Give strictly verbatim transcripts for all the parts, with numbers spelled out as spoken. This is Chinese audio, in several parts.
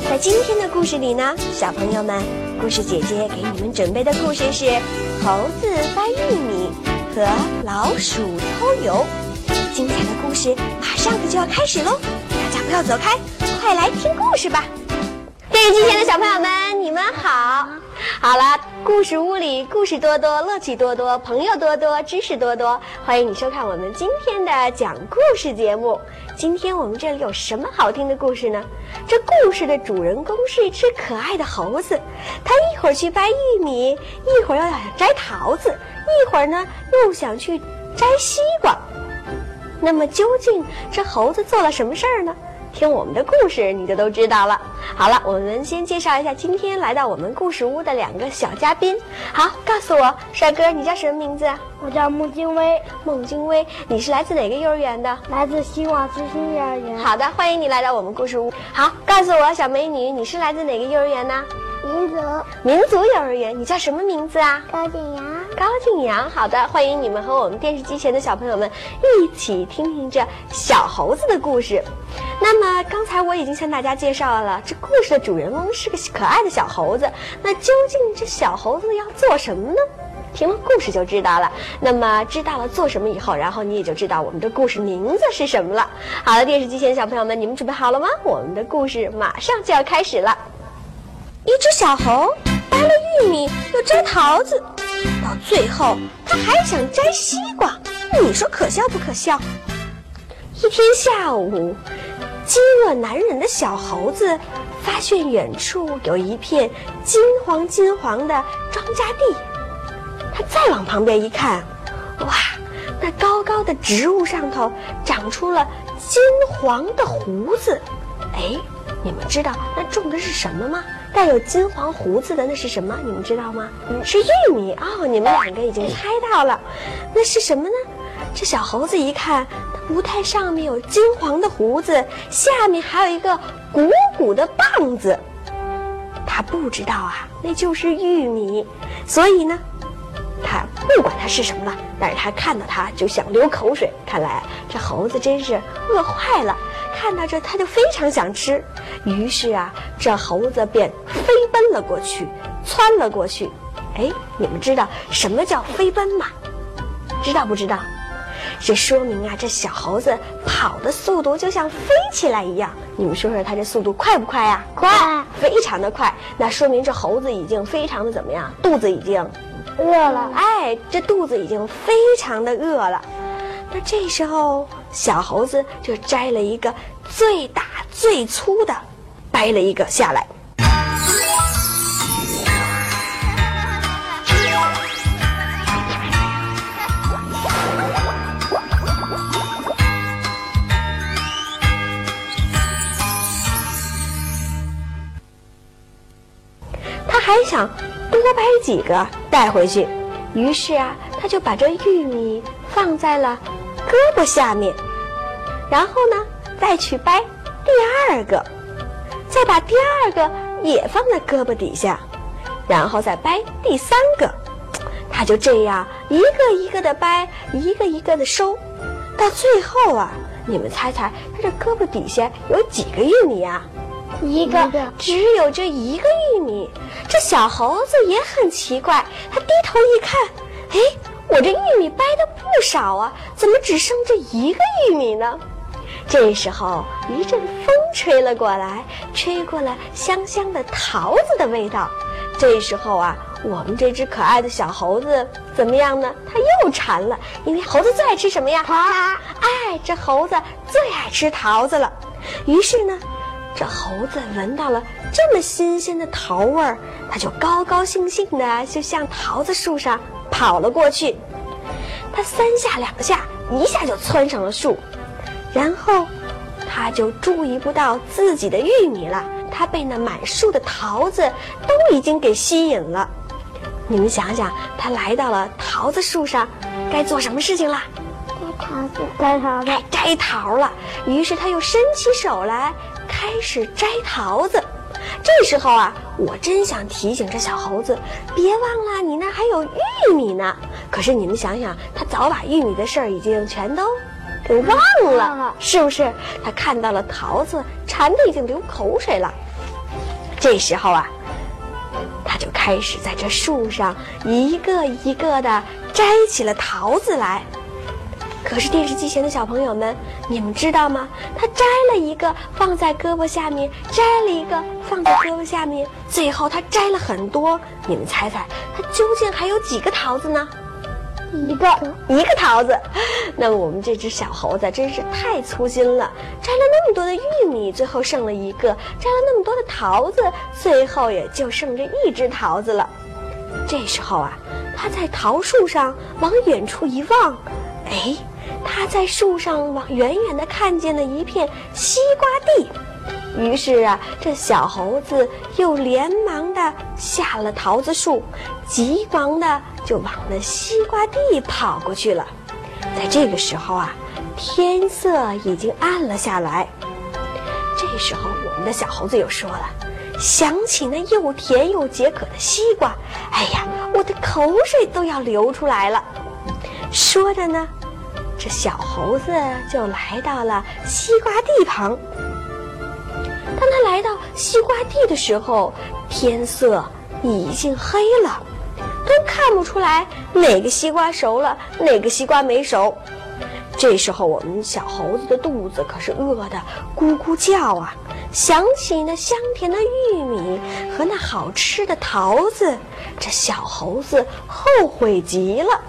在今天的故事里呢，小朋友们，故事姐姐给你们准备的故事是猴子掰玉米和老鼠偷油。精彩的故事马上就要开始喽，大家不要走开，快来听故事吧。电视机前的小朋友们，你们好。好了，故事屋里故事多多，乐趣多多，朋友多多，知识多多。欢迎你收看我们今天的讲故事节目。今天我们这里有什么好听的故事呢？这故事的主人公是一只可爱的猴子，他一会儿去掰玉米，一会儿要想摘桃子，一会儿呢又想去摘西瓜。那么究竟这猴子做了什么事儿呢？听我们的故事你就都知道了。好了，我们先介绍一下今天来到我们故事屋的两个小嘉宾。好，告诉我，帅哥，你叫什么名字？ 我叫孟京威。 孟京威，你是来自哪个幼儿园的？ 来自新华之星幼儿园。 好的，欢迎你来到我们故事屋。好，告诉我，小美女，你是来自哪个幼儿园呢？ 民族。 民族幼儿园。你叫什么名字啊？ 高景阳。 高景阳。好的，欢迎你们和我们电视机前的小朋友们一起听听这小猴子的故事。那么刚才我已经向大家介绍了，这故事的主人公是个可爱的小猴子。那究竟这小猴子要做什么呢？听了故事就知道了。那么知道了做什么以后，然后你也就知道我们的故事名字是什么了。好了，电视机前的小朋友们，你们准备好了吗？我们的故事马上就要开始了。一只小猴掰了玉米，又摘桃子，到最后他还想摘西瓜，你说可笑不可笑？一天下午，饥饿难忍的小猴子发现远处有一片金黄金黄的庄稼地。他再往旁边一看，哇，那高高的植物上头长出了金黄的胡子。哎，你们知道那种的是什么吗？带有金黄胡子的那是什么？你们知道吗？是玉米哦，你们两个已经猜到了。那是什么呢？这小猴子一看，它不太上面有金黄的胡子，下面还有一个鼓鼓的棒子。他不知道啊，那就是玉米。所以呢，他不管它是什么了，但是他看到它就想流口水。看来这猴子真是饿坏了，看到这他就非常想吃。于是啊，这猴子便飞奔了过去，窜了过去。哎，你们知道什么叫飞奔吗？知道不知道？这说明啊，这小猴子跑的速度就像飞起来一样。你们说说它这速度快不快呀？ 快， 非常的快。那说明这猴子已经非常的怎么样？肚子已经饿了。 哎，这肚子已经非常的饿了。那这时候小猴子就摘了一个最大最粗的，掰了一个下来。他还想多掰几个带回去，于是啊，他就把这玉米放在了胳膊下面，然后呢再去掰第二个，再把第二个也放在胳膊底下，然后再掰第三个。他就这样一个一个的掰，一个一个的收，到最后啊，你们猜猜他这胳膊底下有几个玉米啊？ 一个， 只有这一个玉米。这小猴子也很奇怪，他低头一看，哎，我这玉米掰的不少啊，怎么只剩这一个玉米呢？这时候一阵风吹了过来，吹过了香香的桃子的味道。这时候啊，我们这只可爱的小猴子怎么样呢？它又馋了，因为猴子最爱吃什么呀？ 桃。 哎，这猴子最爱吃桃子了。于是呢，这猴子闻到了这么新鲜的桃味儿，它就高高兴兴的就向桃子树上跑了过去。它三下两下，一下就窜上了树，然后它就注意不到自己的玉米了，它被那满树的桃子都已经给吸引了。你们想想，它来到了桃子树上，该做什么事情啦？ 摘桃子，摘桃子， 该摘桃了。于是它又伸起手来，开始摘桃子。这时候啊，我真想提醒这小猴子，别忘了你那还有玉米呢。可是你们想想，他早把玉米的事儿已经全都给忘了，是不是？他看到了桃子，馋得已经流口水了。 这时候啊，他就开始在这树上一个一个的摘起了桃子来。可是电视机前的小朋友们，你们知道吗？他摘了一个放在胳膊下面，摘了一个放在胳膊下面，最后他摘了很多。你们猜猜，他究竟还有几个桃子呢？ 一个一个桃子。那么我们这只小猴子真是太粗心了，摘了那么多的玉米，最后剩了一个；摘了那么多的桃子，最后也就剩着一只桃子了。这时候啊，他在桃树上往远处一望，哎，他在树上往远远的看见了一片西瓜地。于是啊，这小猴子又连忙的下了桃子树，急忙的就往那西瓜地跑过去了。在这个时候啊，天色已经暗了下来。这时候我们的小猴子又说了，想起那又甜又解渴的西瓜，哎呀，我的口水都要流出来了。说着呢，这小猴子就来到了西瓜地旁。当他来到西瓜地的时候，天色已经黑了，都看不出来哪个西瓜熟了，哪个西瓜没熟。这时候我们小猴子的肚子可是饿得咕咕叫啊，想起那香甜的玉米和那好吃的桃子，这小猴子后悔极了。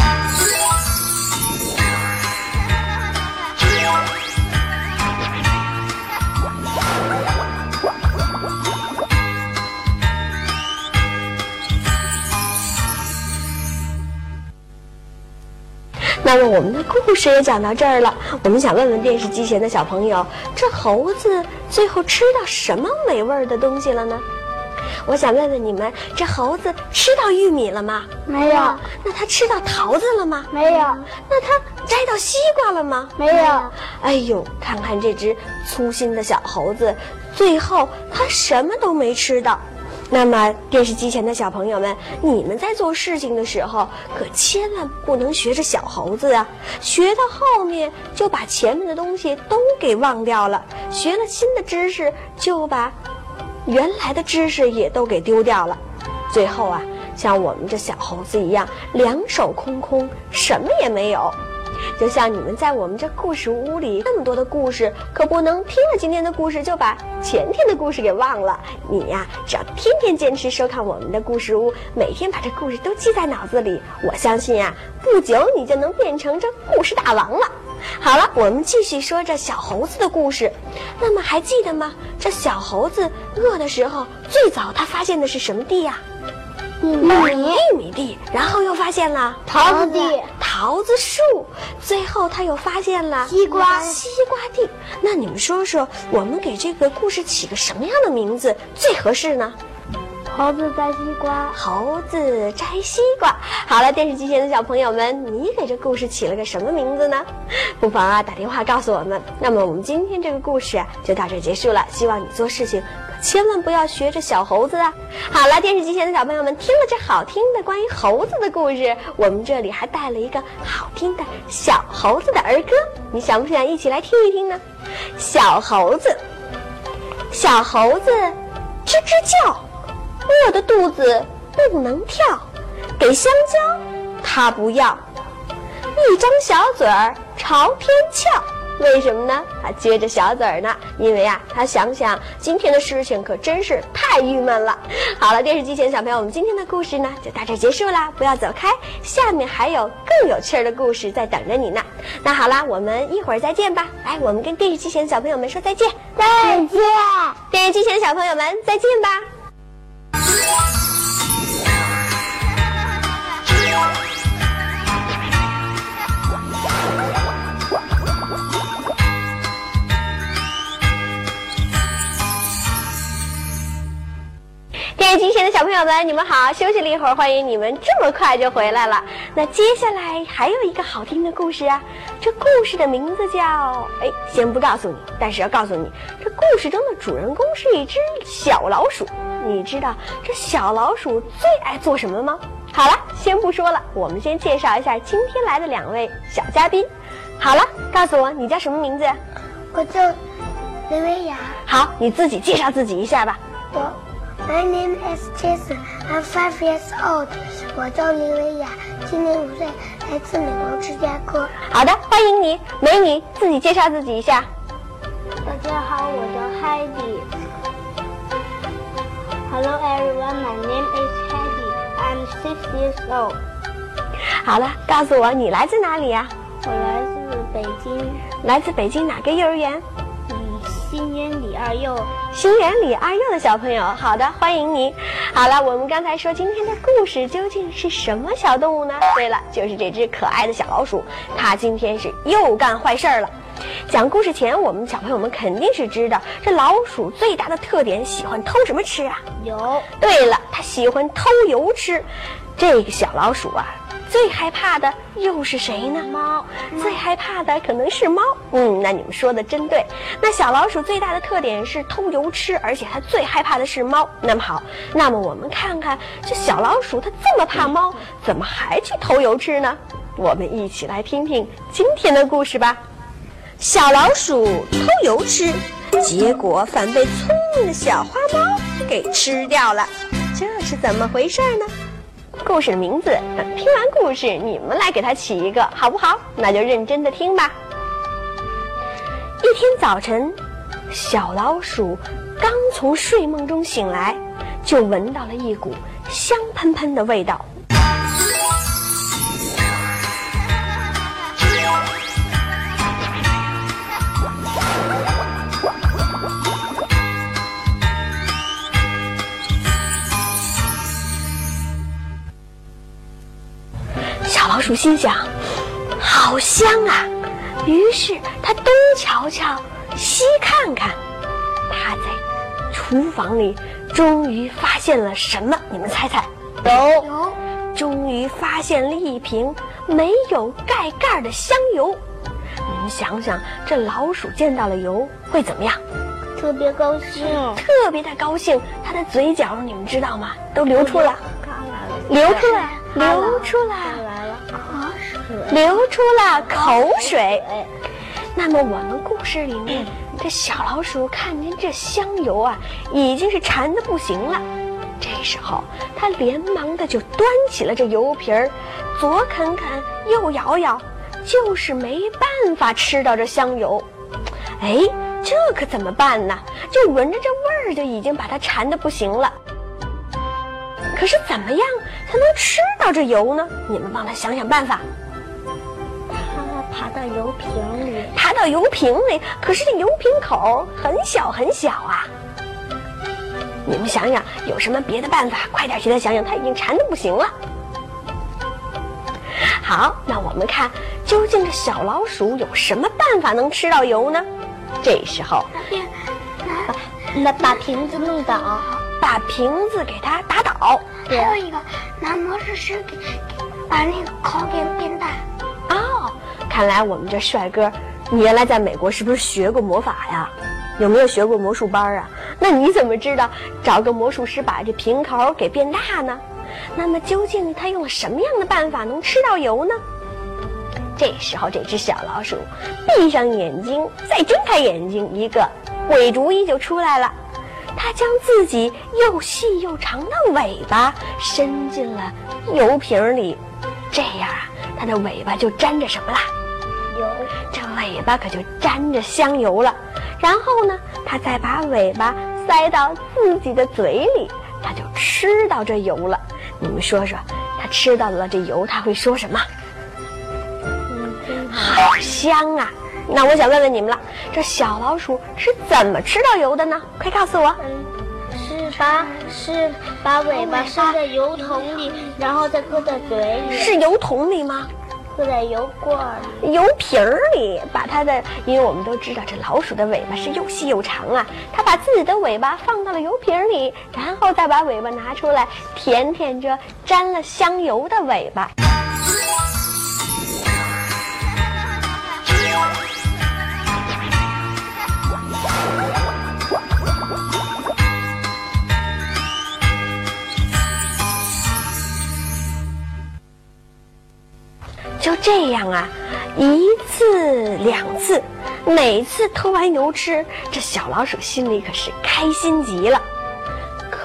那么我们的故事也讲到这儿了，我们想问问电视机前的小朋友，这猴子最后吃到什么美味的东西了呢？我想问问你们，这猴子吃到玉米了吗？ 没有。 那它吃到桃子了吗？ 没有。 那它摘到西瓜了吗？ 没有。 哎呦，看看这只粗心的小猴子，最后它什么都没吃到。那么电视机前的小朋友们，你们在做事情的时候可千万不能学着小猴子啊，学到后面就把前面的东西都给忘掉了，学了新的知识就把原来的知识也都给丢掉了，最后啊，像我们这小猴子一样两手空空，什么也没有。就像你们在我们这故事屋里那么多的故事，可不能听了今天的故事就把前天的故事给忘了。你呀，只要天天坚持收看我们的故事屋，每天把这故事都记在脑子里，我相信呀，不久你就能变成这故事大王了。好了，我们继续说这小猴子的故事。那么还记得吗？这小猴子饿的时候，最早他发现的是什么地呀？ 玉米玉米地，然后又发现了桃子地、 桃子树，最后他又发现了西瓜西瓜地。那你们说说，我们给这个故事起个什么样的名字最合适呢？ 猴子摘西瓜。 猴子摘西瓜。好了，电视机前的小朋友们，你给这故事起了个什么名字呢？不妨啊打电话告诉我们。那么我们今天这个故事啊就到这结束了，希望你做事情可千万不要学着小猴子啊。好了，电视机前的小朋友们，听了这好听的关于猴子的故事，我们这里还带了一个好听的小猴子的儿歌，你想不想一起来听一听呢？小猴子，小猴子吱吱叫，饿的肚子不能跳，给香蕉他不要，一张小嘴儿朝天翘。为什么呢？他撅着小嘴儿呢，因为啊，他想想今天的事情可真是太郁闷了。好了，电视机前的小朋友，我们今天的故事呢就到这结束啦，不要走开，下面还有更有趣的故事在等着你呢。那好啦，我们一会儿再见吧。来，我们跟电视机前的小朋友们说再见。 再见。 电视机前的小朋友们，再见吧。电视机前的小朋友们，你们好！休息了一会儿，欢迎你们这么快就回来了。那接下来还有一个好听的故事啊，这故事的名字叫……哎，先不告诉你，但是要告诉你，这故事中的主人公是一只小老鼠。你知道这小老鼠最爱做什么吗？好了，先不说了，我们先介绍一下今天来的两位小嘉宾。好了，告诉我你叫什么名字？ 我叫雷维亚。 好，你自己介绍自己一下吧。 我 My name is Jason. I'm five years old. 我叫林维雅，今年五岁，来自美国芝加哥。 好的，欢迎你，美女，自己介绍自己一下。 大家好，我叫 Heidi. Hello everyone, my name is Heidi. I'm six years old. 好了，告诉我你来自哪里呀？ 我来自北京， 来自北京哪个幼儿园？ 嗯，新源里二幼。 新源里二幼的小朋友，好的，欢迎你。好了，我们刚才说今天的故事究竟是什么小动物呢？对了，就是这只可爱的小老鼠，它今天是又干坏事儿了。讲故事前，我们小朋友们肯定是知道，这老鼠最大的特点喜欢偷什么吃啊？ 油。 对了，它喜欢偷油吃。这个小老鼠啊，最害怕的又是谁呢？ 猫。 最害怕的可能是猫。嗯，那你们说的真对。那小老鼠最大的特点是偷油吃，而且它最害怕的是猫。那么好，那么我们看看这小老鼠它这么怕猫，怎么还去偷油吃呢？我们一起来听听今天的故事吧。小老鼠偷油吃，结果反被聪明的小花猫给吃掉了，这是怎么回事呢？故事的名字等听完故事你们来给它起一个好不好？那就认真的听吧。一天早晨，小老鼠刚从睡梦中醒来，就闻到了一股香喷喷的味道。老鼠心想，好香啊！于是他东瞧瞧，西看看，他在厨房里终于发现了什么？你们猜猜？ 油。油。 终于发现了一瓶没有盖盖的香油。你们想想，这老鼠见到了油会怎么样？ 特别高兴， 特别的高兴，他的嘴角你们知道吗？都流出了，流出来，流出来。流出了口水。那么我们故事里面，这小老鼠看见这香油啊，已经是馋得不行了。这时候，它连忙的就端起了这油瓶儿，左啃啃，右咬咬，就是没办法吃到这香油。哎，这可怎么办呢？就闻着这味儿，就已经把它馋得不行了。可是怎么样才能吃到这油呢？你们帮他想想办法。 爬到油瓶里， 爬到油瓶里，可是这油瓶口很小很小啊。你们想想有什么别的办法？快点给他想想，他已经馋得不行了。好，那我们看究竟这小老鼠有什么办法能吃到油呢？这时候， 那把瓶子弄倒， 把瓶子给它打倒。 还有一个拿魔术师给把那个口给变大。 哦，看来我们这帅哥，你原来在美国是不是学过魔法呀？有没有学过魔术班啊？那你怎么知道找个魔术师把这瓶口给变大呢？那么究竟他用了什么样的办法能吃到油呢？这时候这只小老鼠闭上眼睛，再睁开眼睛，一个鬼主意就出来了。它将自己又细又长的尾巴伸进了油瓶里，这样啊，它的尾巴就沾着什么啦？ 油。 这尾巴可就沾着香油了。然后呢，它再把尾巴塞到自己的嘴里，它就吃到这油了。你们说说，它吃到了这油，它会说什么？ 嗯，真好香啊！那我想问问你们了，这小老鼠是怎么吃到油的呢？快告诉我。 嗯，是把是把尾巴伸在油桶里，然后再搁在嘴里。 是油桶里吗？ 搁在油罐里。 油瓶里，把它的，因为我们都知道这老鼠的尾巴是又细又长啊，它把自己的尾巴放到了油瓶里，然后再把尾巴拿出来，舔舔着沾了香油的尾巴。就这样啊，一次两次，每次偷完油吃，这小老鼠心里可是开心极了。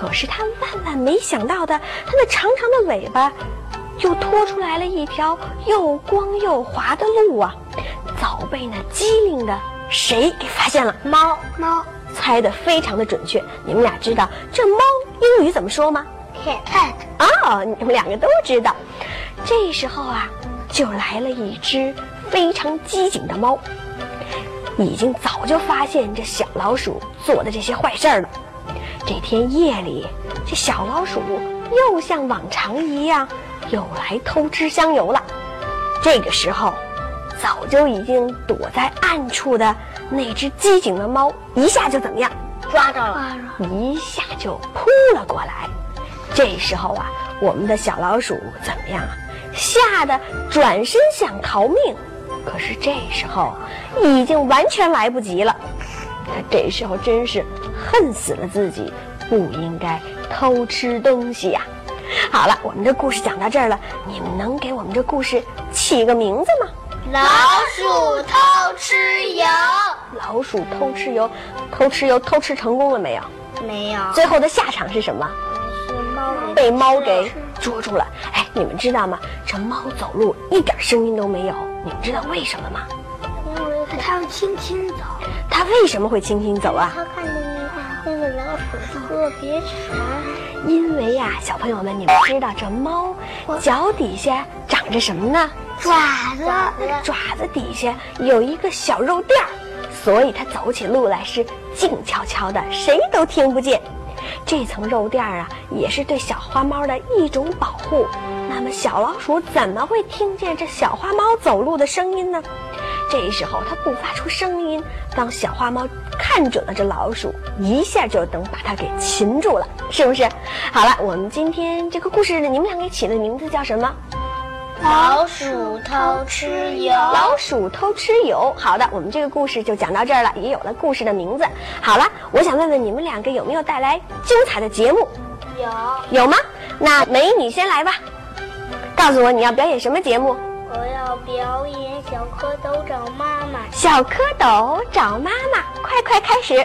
可是他万万没想到的，他那长长的尾巴就拖出来了一条又光又滑的路啊！早被那机灵的谁给发现了？ 猫猫猜得非常的准确。你们俩知道这猫英语怎么说吗？ cat 哦，你们两个都知道。这时候啊，就来了一只非常机警的猫，已经早就发现这小老鼠做的这些坏事儿了。这天夜里，这小老鼠又像往常一样又来偷吃香油了。这个时候，早就已经躲在暗处的那只机警的猫一下就怎么样？ 抓着了， 一下就扑了过来。这时候啊，我们的小老鼠怎么样啊？吓得转身想逃命，可是这时候已经完全来不及了。他这时候真是恨死了自己，不应该偷吃东西呀、啊。好了，我们这故事讲到这儿了，你们能给我们这故事起个名字吗？ 老鼠偷吃油。 老鼠偷吃油，偷吃油，偷吃成功了没有？ 没有。 最后的下场是什么？ 是猫被猫给捉住了。哎，你们知道吗？这猫走路一点声音都没有，你们知道为什么吗？ 因为它要轻轻走。 它为什么会轻轻走啊？ 它看见那个老鼠特别馋。 因为呀、啊，小朋友们，你们知道这猫脚底下长着什么呢？ 爪子。 爪子底下有一个小肉垫儿，所以它走起路来是静悄悄的，谁都听不见。这层肉垫儿啊，也是对小花猫的一种保护。那么小老鼠怎么会听见这小花猫走路的声音呢？这时候它不发出声音，当小花猫看准了这老鼠，一下就能把它给擒住了，是不是？好了，我们今天这个故事你们俩给起的名字叫什么？ 老鼠偷吃油。 老鼠偷吃油。好的，我们这个故事就讲到这儿了，也有了故事的名字。好了，我想问问你们两个有没有带来精彩的节目？ 有。 有吗？那美你先来吧，告诉我你要表演什么节目？ 我要表演小蝌蚪找妈妈。 小蝌蚪找妈妈，快快开始。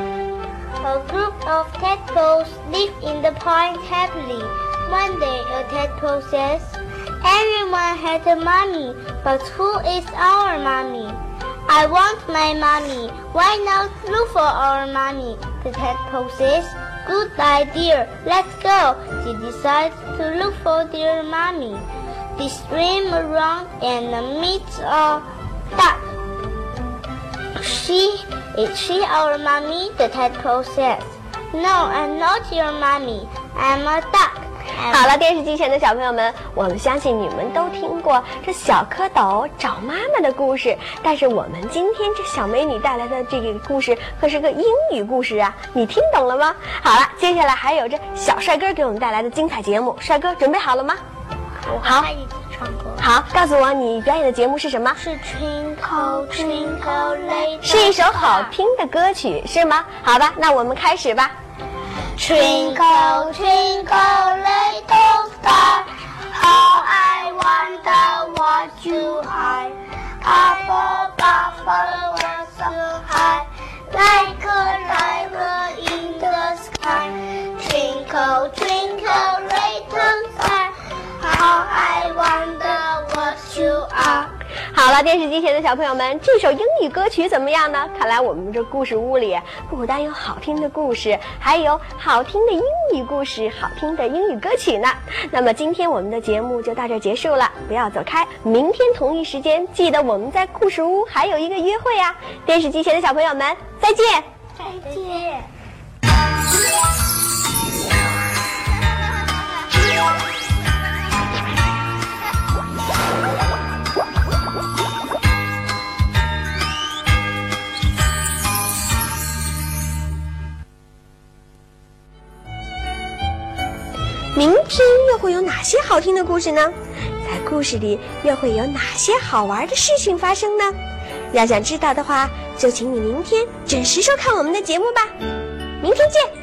A group of tadpoles live in the pond happily. One day a tadpole says, "Everyone has a mommy, but who is our mommy? I want my mommy. Why not look for our mommy?" The tadpole says, "Good idea. Let's go." They decide to look for their mommy. They swim around and meet a duck. She is she our mommy? The tadpole says. No, I'm not your mommy. I'm a duck. 好了，电视机前的小朋友们，我们相信你们都听过这小蝌蚪找妈妈的故事，但是我们今天这小美女带来的这个故事可是个英语故事啊，你听懂了吗？好了，接下来还有这小帅哥给我们带来的精彩节目，帅哥准备好了吗？好， 一起唱歌。 好，告诉我你表演的节目是什么？ 是 Twinkle Twinkle Little， 是一首好听的歌曲，是吗？好吧，那我们开始吧。 Twinkle twinkle little star, how I wonder what you are. Up above the world so high, like a diamond in the sky. Twinkle twinkle little star, how I wonder what you are. 好了，电视机前的小朋友们，这首英语歌曲怎么样呢？看来我们这故事屋里不单有好听的故事，还有好听的英语故事，好听的英语歌曲呢。那么今天我们的节目就到这儿结束了，不要走开，明天同一时间记得我们在故事屋还有一个约会啊！电视机前的小朋友们，再见！ 再见。 明天又会有哪些好听的故事呢？在故事里又会有哪些好玩的事情发生呢？要想知道的话，就请你明天准时收看我们的节目吧。明天见。